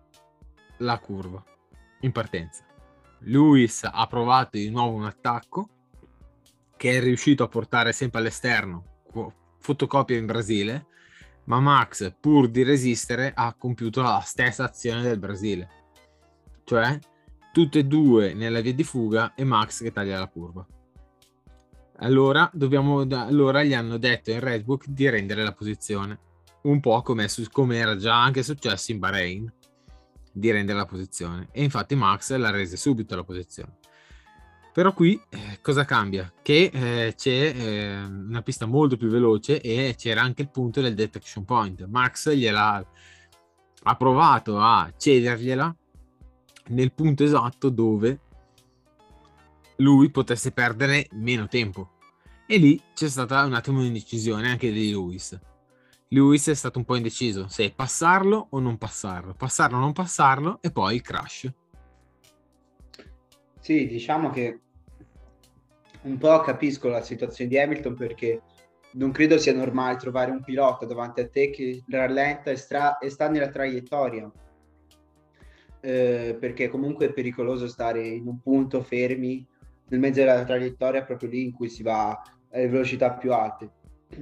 la curva in partenza. Lewis ha provato di nuovo un attacco che è riuscito a portare sempre all'esterno, fotocopia in Brasile, ma Max, pur di resistere, ha compiuto la stessa azione del Brasile, cioè tutte e due nella via di fuga e Max che taglia la curva. Allora, dobbiamo, allora gli hanno detto in Red Bull di rendere la posizione, un po' come, come era già anche successo in Bahrain, di rendere la posizione, e infatti Max l'ha resa subito la posizione. Però qui eh, cosa cambia? Che eh, c'è eh, una pista molto più veloce e c'era anche il punto del detection point. Max gliela ha provato a cedergliela nel punto esatto dove lui potesse perdere meno tempo. E lì c'è stata un attimo di indecisione anche di Lewis. Lewis è stato un po' indeciso se passarlo o non passarlo, passarlo o non passarlo, e poi il crash. Sì, diciamo che un po' capisco la situazione di Hamilton, perché non credo sia normale trovare un pilota davanti a te che rallenta e, stra- e sta nella traiettoria, eh, perché comunque è pericoloso stare in un punto fermi nel mezzo della traiettoria, proprio lì in cui si va alle velocità più alte.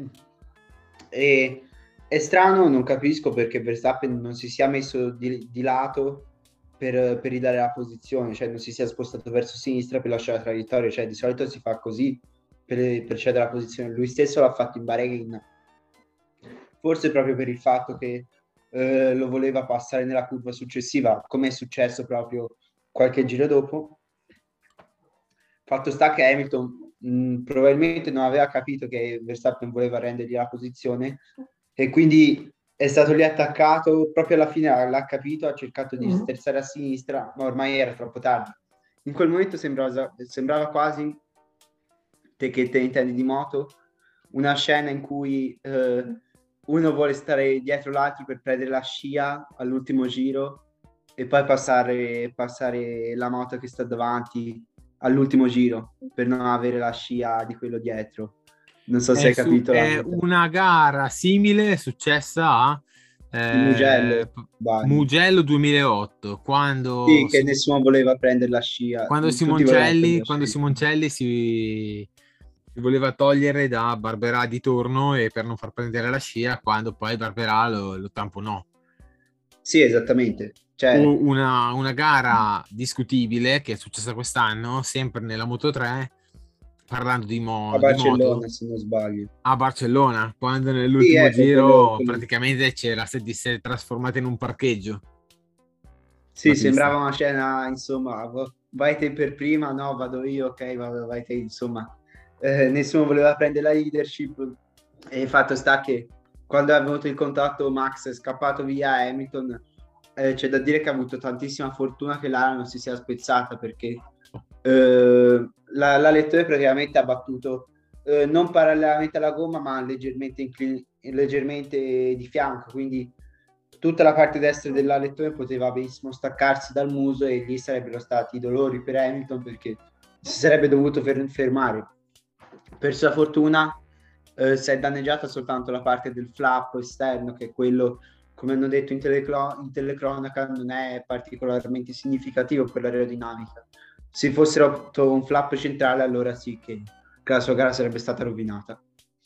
E è strano, non capisco perché Verstappen non si sia messo di, di lato per, per ridare la posizione, cioè non si sia spostato verso sinistra per lasciare la traiettoria, cioè di solito si fa così per, per cedere la posizione. Lui stesso l'ha fatto in Bahrain, forse proprio per il fatto che eh, lo voleva passare nella curva successiva, come è successo proprio qualche giro dopo. Fatto sta che Hamilton mh, probabilmente non aveva capito che Verstappen voleva rendergli la posizione, e quindi è stato lì attaccato, proprio alla fine l'ha capito, ha cercato di sterzare a sinistra, ma ormai era troppo tardi. In quel momento sembrava, sembrava quasi, te che te intendi di moto, una scena in cui eh, uno vuole stare dietro l'altro per prendere la scia all'ultimo giro e poi passare, passare la moto che sta davanti all'ultimo giro per non avere la scia di quello dietro. Non so se È, hai su- capito la è nota. una gara simile, è successa a Il Mugello, eh, Bari. Mugello duemilaotto, quando, Sì, che Sim- nessuno voleva prendere la scia, quando tutti volevano prendere Simoncelli, la quando scia. Simoncelli si, si voleva togliere da Barberà di torno, e per non far prendere la scia, quando poi Barberà lo, lo tamponò. Sì, esattamente. Cioè, U- Una, una gara discutibile che è successa quest'anno, sempre nella Moto tre, parlando di, mo- a di moto, Barcellona, se non sbaglio. a Barcellona, quando Sì, nell'ultimo ecco, quello, giro quello. praticamente c'era, si si è trasformata in un parcheggio la Sì, pista. sembrava una scena, insomma, vo- vai te per prima, no, vado io, ok, vai, vai te, insomma. Eh, nessuno voleva prendere la leadership, e il fatto sta che quando è avvenuto il contatto Max è scappato via Hamilton, eh, c'è da dire che ha avuto tantissima fortuna che l'ala non si sia spezzata, perché eh, la, la lettore praticamente ha battuto eh, non parallelamente alla gomma, ma leggermente, inclin- leggermente di fianco, quindi tutta la parte destra della lettore poteva benissimo staccarsi dal muso e lì sarebbero stati i dolori per Hamilton, perché si sarebbe dovuto fer- fermare. Per sua fortuna eh, si è danneggiata soltanto la parte del flap esterno, che è quello, come hanno detto in, telecro- in telecronaca, non è particolarmente significativo per l'aerodinamica. Se fosse rotto un flap centrale, allora sì che, che la sua gara sarebbe stata rovinata.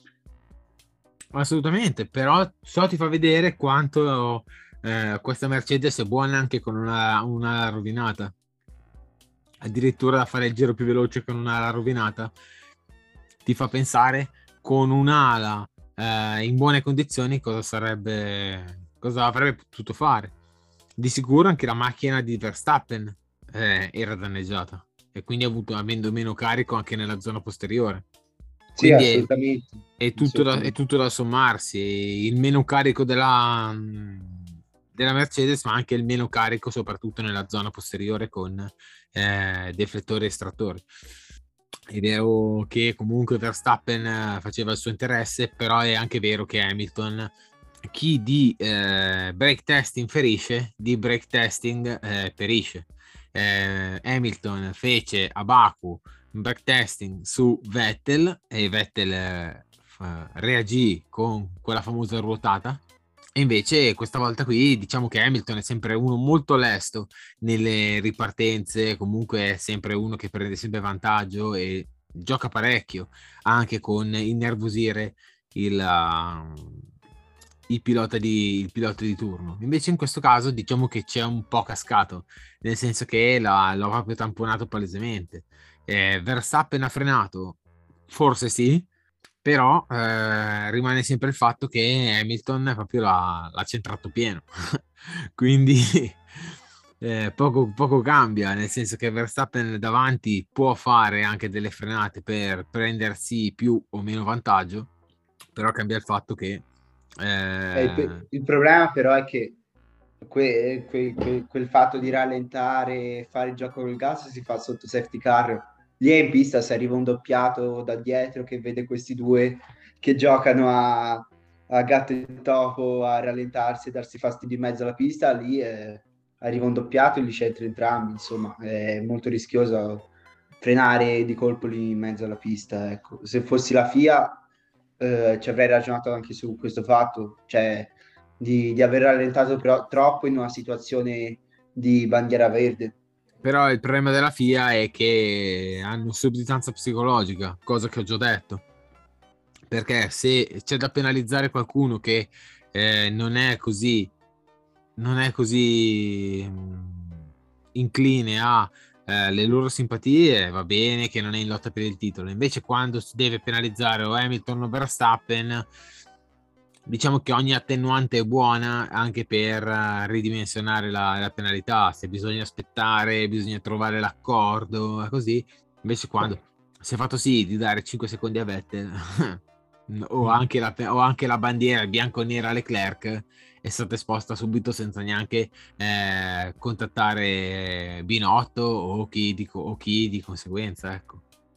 Assolutamente, però ciò ti fa vedere quanto eh, questa Mercedes è buona anche con una, una rovinata. Addirittura da fare il giro più veloce con un'ala rovinata ti fa pensare, con un'ala eh, in buone condizioni, cosa sarebbe, cosa avrebbe potuto fare. Di sicuro anche la macchina di Verstappen eh, era danneggiata, e quindi ha avuto, avendo meno carico anche nella zona posteriore. Sì, Quindi è, assolutamente. è tutto da, è assolutamente. tutto da sommarsi. Il meno carico della, della Mercedes, ma anche il meno carico soprattutto nella zona posteriore con eh, deflettori e estrattori. È vero che comunque Verstappen faceva il suo interesse, però è anche vero che Hamilton, chi di eh, brake testing ferisce, di brake testing eh, perisce. Eh, Hamilton fece a Baku un backtesting su Vettel, e Vettel eh, fa- reagì con quella famosa ruotata, e invece questa volta qui diciamo che Hamilton è sempre uno molto lesto nelle ripartenze, comunque è sempre uno che prende sempre vantaggio e gioca parecchio anche con innervosire il, uh, il, pilota di, il pilota di turno. Invece in questo caso diciamo che c'è un po' cascato, nel senso che l'ha, l'ha proprio tamponato palesemente. Eh, Verstappen ha frenato? Forse sì, però eh, rimane sempre il fatto che Hamilton proprio l'ha, l'ha centrato pieno. Quindi eh, poco, poco cambia, nel senso che Verstappen davanti può fare anche delle frenate per prendersi più o meno vantaggio, però cambia il fatto che Eh, il, eh, il problema però è che que- que- que- quel fatto di rallentare e fare il gioco col gas si fa sotto safety car lì è in pista, se arriva un doppiato da dietro che vede questi due che giocano a, a gatto e topo, a rallentarsi e darsi fastidio in mezzo alla pista, lì è, arriva un doppiato e li c'entra entrambi, insomma è molto rischioso frenare di colpo lì in mezzo alla pista, ecco. Se fossi la F I A eh, ci avrei ragionato anche su questo fatto, cioè di, di aver rallentato però troppo in una situazione di bandiera verde. Però il problema della F I A è che hanno sudditanza psicologica, cosa che ho già detto. Perché se c'è da penalizzare qualcuno che eh, non è così, non è così mh, incline a eh, le loro simpatie, va bene che non è in lotta per il titolo. Invece quando si deve penalizzare o Hamilton o Verstappen, diciamo che ogni attenuante è buona anche per uh, ridimensionare la, la penalità. Se bisogna aspettare, bisogna trovare l'accordo, così. Invece quando si è fatto sì di dare cinque secondi a Vettel o, anche la, o anche la bandiera bianco-nera a Leclerc è stata esposta subito senza neanche eh, contattare Binotto o chi di, o chi di conseguenza, ecco.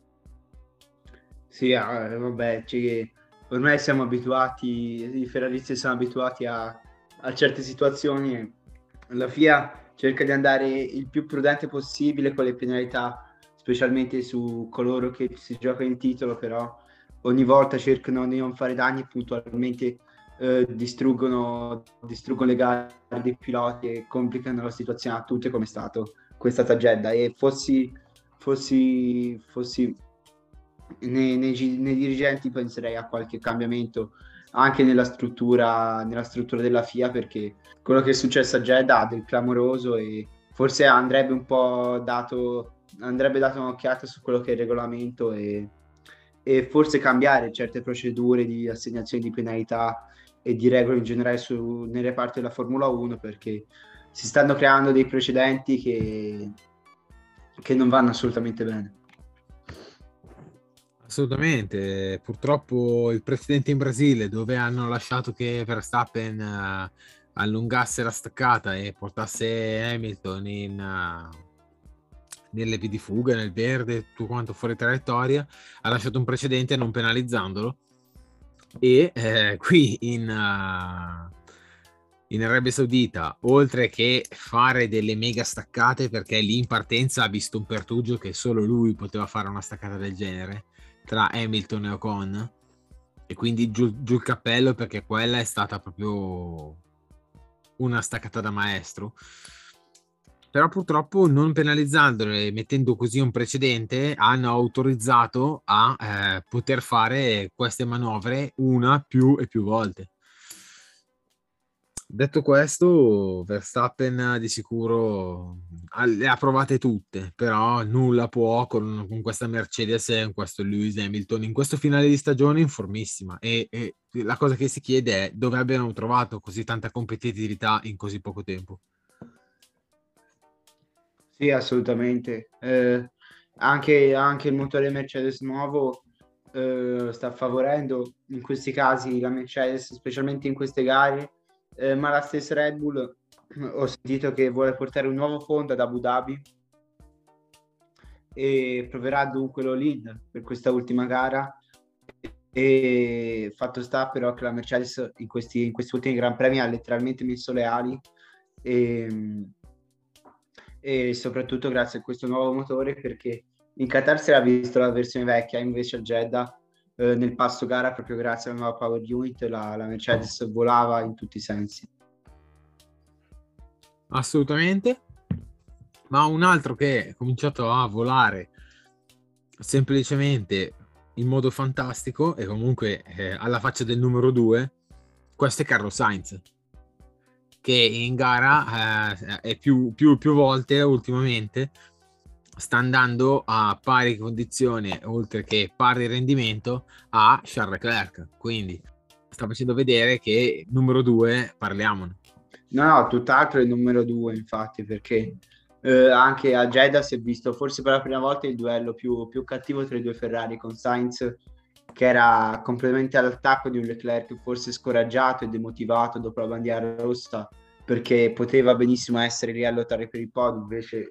Sì, eh, vabbè, ci... ormai siamo abituati, i ferraristi sono abituati a, a certe situazioni. La F I A cerca di andare il più prudente possibile con le penalità, specialmente su coloro che si giocano il titolo, però ogni volta cercano di non fare danni e puntualmente eh, distruggono, distruggono le gare dei piloti e complicano la situazione a tutte, come è stato questa tragedia. E fossi, fossi, fossi Nei, nei, nei dirigenti penserei a qualche cambiamento anche nella struttura, nella struttura della F I A, perché quello che è successo a Jeddah ha del clamoroso e forse andrebbe un po' dato andrebbe dato un'occhiata su quello che è il regolamento e, e forse cambiare certe procedure di assegnazione di penalità e di regole in generale su, nel reparto della Formula uno, perché si stanno creando dei precedenti che, che non vanno assolutamente bene. Assolutamente, purtroppo il precedente in Brasile, dove hanno lasciato che Verstappen uh, allungasse la staccata e portasse Hamilton in, uh, nelle vie di fuga, nel verde, tutto quanto fuori traiettoria, ha lasciato un precedente non penalizzandolo. E eh, qui in, uh, in Arabia Saudita, oltre che fare delle mega staccate, perché lì in partenza ha visto un pertugio che solo lui poteva fare una staccata del genere tra Hamilton e Ocon, e quindi giù, giù il cappello, perché quella è stata proprio una staccata da maestro. Però purtroppo, non penalizzandolo e mettendo così un precedente, hanno autorizzato a eh, poter fare queste manovre una, più e più volte. Detto questo, Verstappen di sicuro le ha provate tutte, però nulla può con, con questa Mercedes e con questo Lewis Hamilton in questo finale di stagione in formissima, e, e la cosa che si chiede è dove abbiano trovato così tanta competitività in così poco tempo. Sì, assolutamente. Eh, anche, anche il motore Mercedes nuovo eh, sta favorendo in questi casi la Mercedes, specialmente in queste gare. Eh, ma la stessa Red Bull ho sentito che vuole portare un nuovo fondo ad Abu Dhabi e proverà dunque l'all-in per questa ultima gara, e fatto sta però che la Mercedes in questi, in questi ultimi Gran Premi ha letteralmente messo le ali e, e soprattutto grazie a questo nuovo motore, perché in Qatar si era visto la versione vecchia, invece a Jeddah Eh, nel passo gara, proprio grazie alla nuova power unit, la, la Mercedes volava in tutti i sensi. Assolutamente. Ma un altro che è cominciato a volare semplicemente in modo fantastico e comunque eh, alla faccia del numero due, questo è Carlos Sainz, che in gara eh, è più, più, più volte ultimamente sta andando a pari condizione, oltre che pari rendimento, a Charles Leclerc, quindi sta facendo vedere che numero due parliamone. No, no, tutt'altro il numero due, infatti, perché eh, anche a Jeddah si è visto forse per la prima volta il duello più, più cattivo tra i due Ferrari, con Sainz che era completamente all'attacco di un Leclerc forse scoraggiato e demotivato dopo la bandiera rossa, perché poteva benissimo essere lì a lottare per il podio, invece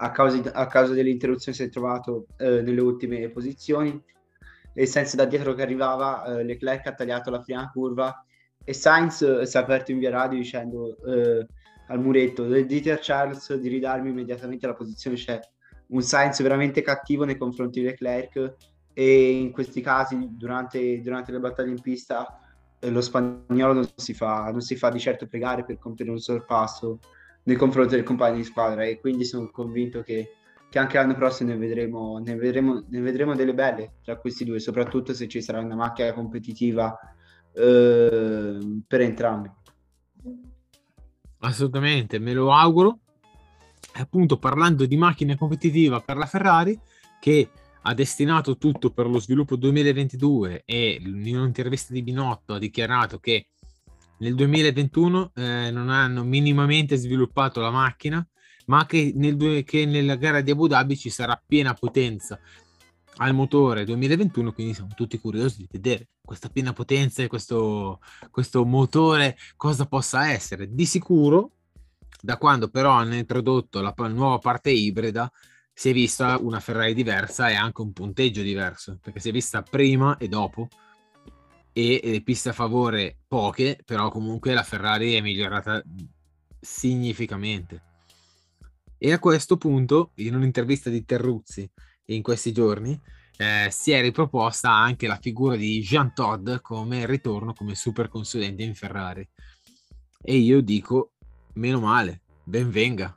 a causa, a causa dell'interruzione si è trovato eh, nelle ultime posizioni, e Sainz da dietro che arrivava, eh, Leclerc ha tagliato la prima curva e Sainz eh, si è aperto in via radio dicendo eh, al muretto: dite a Charles di ridarmi immediatamente la posizione. C'è un Sainz veramente cattivo nei confronti di Leclerc, e in questi casi durante, durante le battaglie in pista eh, lo spagnolo non si, fa, non si fa di certo pregare per compiere un sorpasso nei confronti del compagno di squadra, e quindi sono convinto che, che anche l'anno prossimo ne vedremo, ne, vedremo, ne vedremo delle belle tra questi due, soprattutto se ci sarà una macchina competitiva eh, per entrambi. Assolutamente, me lo auguro. Appunto, parlando di macchina competitiva per la Ferrari, che ha destinato tutto per lo sviluppo duemilaventidue, e in un'intervista di Binotto ha dichiarato che nel duemilaventuno eh, non hanno minimamente sviluppato la macchina, ma che, nel, che nella gara di Abu Dhabi ci sarà piena potenza al motore duemilaventuno, quindi siamo tutti curiosi di vedere questa piena potenza e questo, questo motore cosa possa essere. Di sicuro, da quando però hanno introdotto la nuova parte ibrida, si è vista una Ferrari diversa e anche un punteggio diverso, perché si è vista prima e dopo, e le piste a favore poche, però comunque la Ferrari è migliorata significativamente. E a questo punto, in un'intervista di Terruzzi in questi giorni, eh, si è riproposta anche la figura di Jean Todt come ritorno come super consulente in Ferrari, e io dico meno male, ben venga.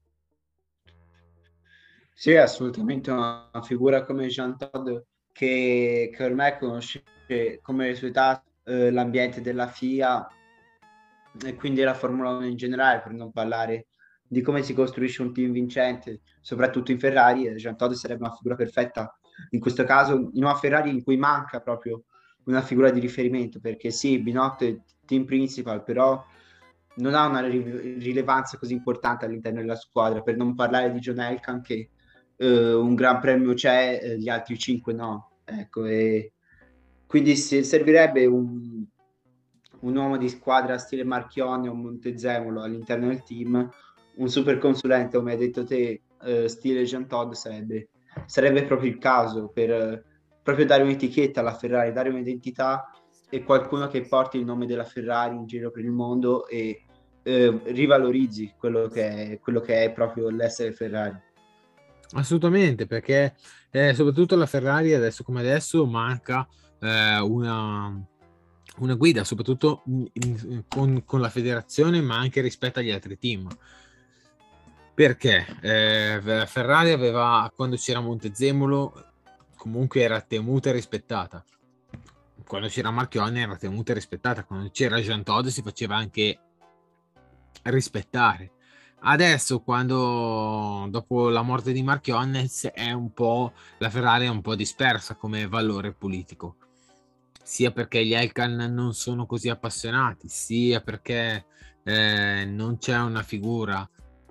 Sì, è assolutamente una, una figura come Jean Todt che, che ormai conosce come le sue tasche eh, l'ambiente della F I A e quindi la Formula uno in generale, per non parlare di come si costruisce un team vincente, soprattutto in Ferrari. Jean Todt sarebbe una figura perfetta in questo caso, in una Ferrari in cui manca proprio una figura di riferimento, perché sì, Binotto è team principal, però non ha una ri- rilevanza così importante all'interno della squadra, per non parlare di John Elkann che eh, un gran premio c'è, eh, gli altri cinque no. Ecco, e quindi se servirebbe un, un uomo di squadra stile Marchionne o Montezemolo all'interno del team, un super consulente, come hai detto te, eh, stile Jean Todt sarebbe, sarebbe proprio il caso per eh, proprio dare un'etichetta alla Ferrari, dare un'identità e qualcuno che porti il nome della Ferrari in giro per il mondo e eh, rivalorizzi quello che è, quello che è proprio l'essere Ferrari. Assolutamente, perché eh, soprattutto la Ferrari adesso come adesso manca eh, una, una guida, soprattutto in, in, con, con la federazione, ma anche rispetto agli altri team. Perché eh, Ferrari aveva, quando c'era Montezemolo, comunque era temuta e rispettata. Quando c'era Marchionne era temuta e rispettata. Quando c'era Jean Todt si faceva anche rispettare. Adesso, quando dopo la morte di Marchionne, è un po' la Ferrari è un po' dispersa come valore politico, sia perché gli Elkann non sono così appassionati, sia perché eh, non c'è una figura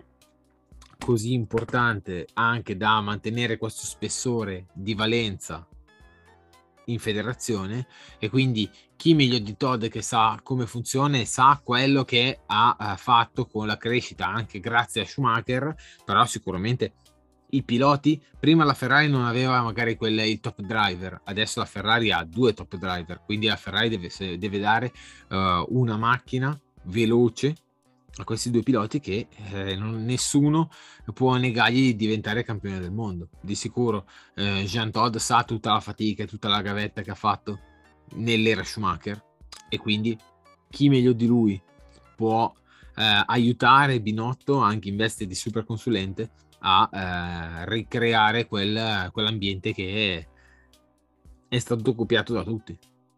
così importante anche da mantenere questo spessore di valenza in federazione, e quindi chi meglio di Todd che sa come funziona e sa quello che ha uh, fatto con la crescita anche grazie a Schumacher. Però sicuramente i piloti, prima la Ferrari non aveva magari quelle, i top driver, adesso la Ferrari ha due top driver, quindi la Ferrari deve, deve dare uh, una macchina veloce a questi due piloti che eh, non, nessuno può negargli di diventare campione del mondo. Di sicuro eh, Jean Todt sa tutta la fatica e tutta la gavetta che ha fatto nell'era Schumacher, e quindi chi meglio di lui può eh, aiutare Binotto anche in veste di super consulente a eh, ricreare quel, quell'ambiente che è, è stato copiato da tutti.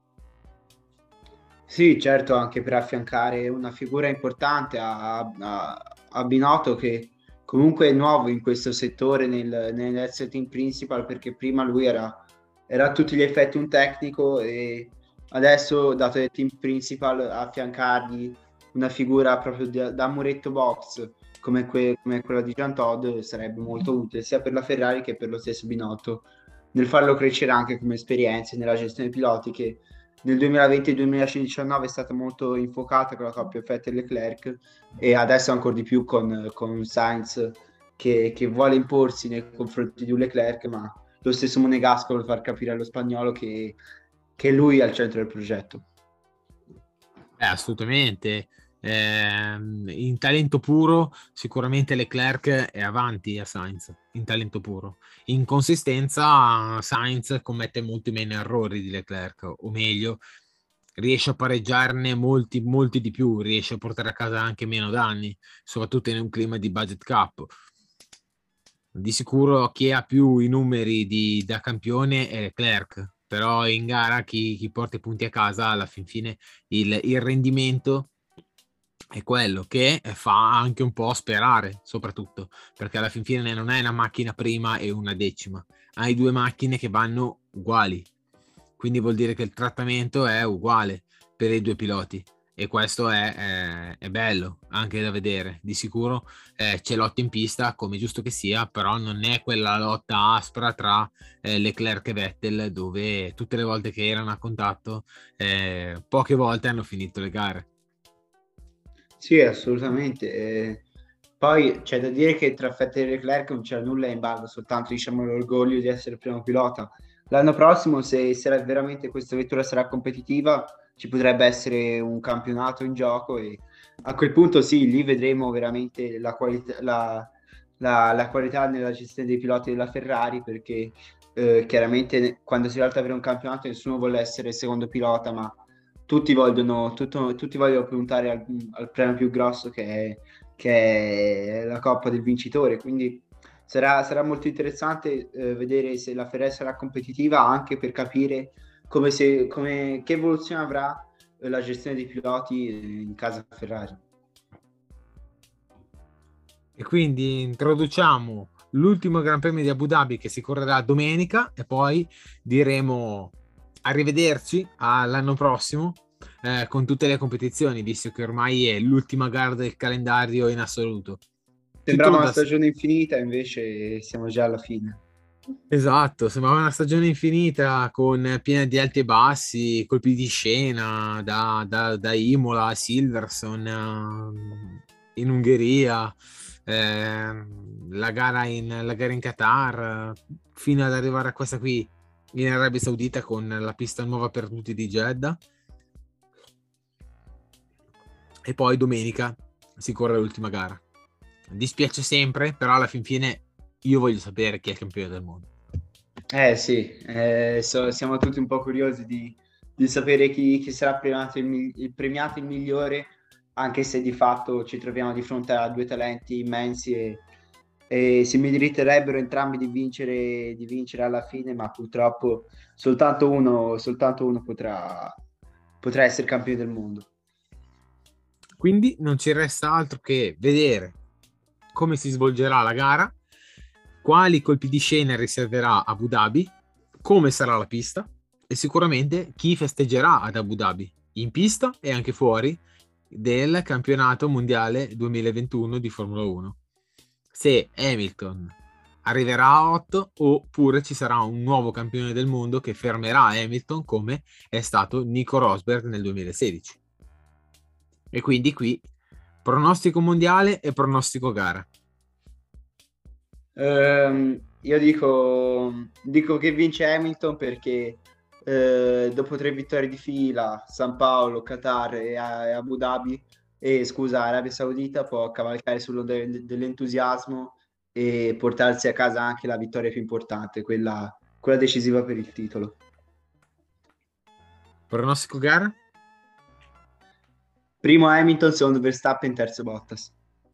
Sì, certo, anche per affiancare una figura importante a, a, a Binotto, che comunque è nuovo in questo settore nel, nell'essere team principal, perché prima lui era, era a tutti gli effetti un tecnico, e adesso, dato che è team principal, affiancargli una figura proprio da, da muretto box come, que, come quella di Jean Todt sarebbe molto utile sia per la Ferrari che per lo stesso Binotto, nel farlo crescere anche come esperienze nella gestione piloti, che nel duemilaventi e duemiladiciannove è stata molto infuocata con la coppia Vettel e Leclerc, e adesso ancora di più con, con Sainz che, che vuole imporsi nei confronti di un Leclerc, ma lo stesso Monegasco vuole far capire allo spagnolo che, che lui è al centro del progetto. Eh, assolutamente. Ehm, in talento puro sicuramente Leclerc è avanti a Sainz, in talento puro. In consistenza Sainz commette molti meno errori di Leclerc, o meglio riesce a pareggiarne molti, molti di più, riesce a portare a casa anche meno danni, soprattutto in un clima di budget cap. Di sicuro chi ha più i numeri di, da campione è Leclerc, però in gara chi, chi porta i punti a casa alla fin fine il, il rendimento è quello che fa anche un po' sperare, soprattutto perché alla fin fine non è una macchina prima e una decima, hai due macchine che vanno uguali, quindi vuol dire che il trattamento è uguale per i due piloti e questo è, è, è bello anche da vedere. Di sicuro eh, c'è lotta in pista come giusto che sia, però non è quella lotta aspra tra eh, Leclerc e Vettel dove tutte le volte che erano a contatto eh, poche volte hanno finito le gare. Sì, assolutamente. Eh, poi c'è da dire che tra Vettel e Leclerc non c'era nulla in ballo, soltanto diciamo l'orgoglio di essere il primo pilota. L'anno prossimo, se sarà veramente questa vettura sarà competitiva, ci potrebbe essere un campionato in gioco e a quel punto sì, lì vedremo veramente la qualità, la, la, la qualità nella gestione dei piloti della Ferrari, perché eh, chiaramente quando si tratta di avere un campionato nessuno vuole essere secondo pilota, ma tutti vogliono, tutto, tutti vogliono puntare al, al premio più grosso che è, che è la Coppa del Vincitore, quindi sarà, sarà molto interessante eh, vedere se la Ferrari sarà competitiva, anche per capire come se, come, che evoluzione avrà eh, la gestione dei piloti in casa Ferrari. E quindi introduciamo l'ultimo Gran Premio di Abu Dhabi che si correrà domenica e poi diremo arrivederci all'anno prossimo eh, con tutte le competizioni, visto che ormai è l'ultima gara del calendario in assoluto. Sembrava una da... stagione infinita, invece siamo già alla fine. Esatto, sembrava una stagione infinita con piena di alti e bassi, colpi di scena da, da, da Imola a Silverstone uh, in Ungheria, eh, la, gara in, la gara in Qatar, fino ad arrivare a questa qui in Arabia Saudita con la pista nuova per tutti di Jeddah. E poi domenica si corre l'ultima gara. Dispiace sempre, però alla fin fine io voglio sapere chi è il campione del mondo. Eh sì, eh, so, siamo tutti un po' curiosi di, di sapere chi, chi sarà premiato il, il premiato il migliore, anche se di fatto ci troviamo di fronte a due talenti immensi e, e si meriterebbero entrambi di vincere, di vincere alla fine, ma purtroppo soltanto uno, soltanto uno potrà, potrà essere campione del mondo. Quindi non ci resta altro che vedere come si svolgerà la gara, quali colpi di scena riserverà Abu Dhabi, come sarà la pista e sicuramente chi festeggerà ad Abu Dhabi, in pista e anche fuori del campionato mondiale duemilaventuno di Formula uno. Se Hamilton arriverà a otto oppure ci sarà un nuovo campione del mondo che fermerà Hamilton come è stato Nico Rosberg nel duemilasedici. E quindi qui pronostico mondiale e pronostico gara. Um, io dico, dico che vince Hamilton perché eh, dopo tre vittorie di fila, San Paolo, Qatar e, e Abu Dhabi, e scusa, Arabia Saudita, può cavalcare sull'onda dell'entusiasmo e portarsi a casa anche la vittoria più importante, quella, quella decisiva per il titolo. Pronostico gara? Primo Hamilton, secondo Verstappen, terzo Bottas.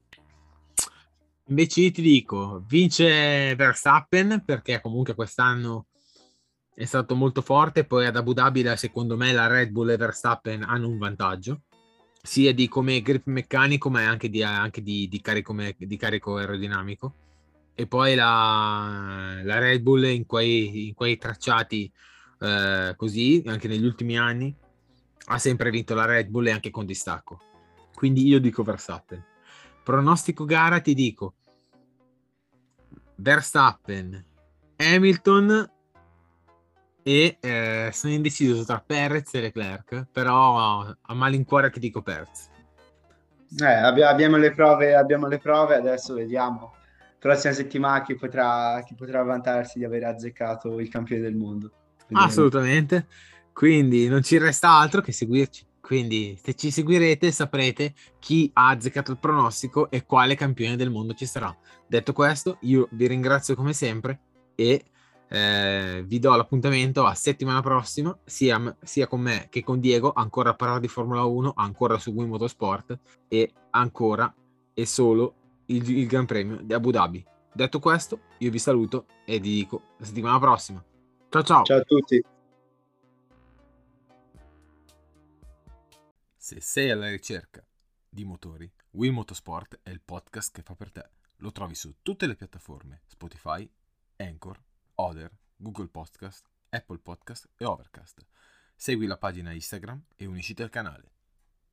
Invece io ti dico, vince Verstappen perché comunque quest'anno è stato molto forte, poi ad Abu Dhabi secondo me la Red Bull e Verstappen hanno un vantaggio, sia di come grip meccanico ma anche di, anche di, di, carico, di carico aerodinamico. E poi la, la Red Bull in quei, in quei tracciati eh, così, anche negli ultimi anni, ha sempre vinto la Red Bull e anche con distacco. Quindi io dico Verstappen. Pronostico gara ti dico Verstappen, Hamilton e eh, sono indeciso tra Perez e Leclerc, però a malincuore ti dico Perez. Eh, abbiamo le prove, abbiamo le prove, adesso vediamo prossima settimana chi potrà, chi potrà vantarsi di aver azzeccato il campione del mondo. Vedremo. Assolutamente. Quindi non ci resta altro che seguirci. Quindi se ci seguirete saprete chi ha azzeccato il pronostico e quale campione del mondo ci sarà. Detto questo, io vi ringrazio come sempre e eh, vi do l'appuntamento a settimana prossima, sia, sia con me che con Diego, ancora a parlare di Formula uno, ancora su Wii Motorsport e ancora e solo il, il Gran Premio di Abu Dhabi. Detto questo, io vi saluto e vi dico la settimana prossima. Ciao ciao! Ciao a tutti. Se sei alla ricerca di motori, Wii Motorsport è il podcast che fa per te. Lo trovi su tutte le piattaforme: Spotify, Anchor, Other, Google Podcast, Apple Podcast e Overcast. Segui la pagina Instagram e unisciti al canale.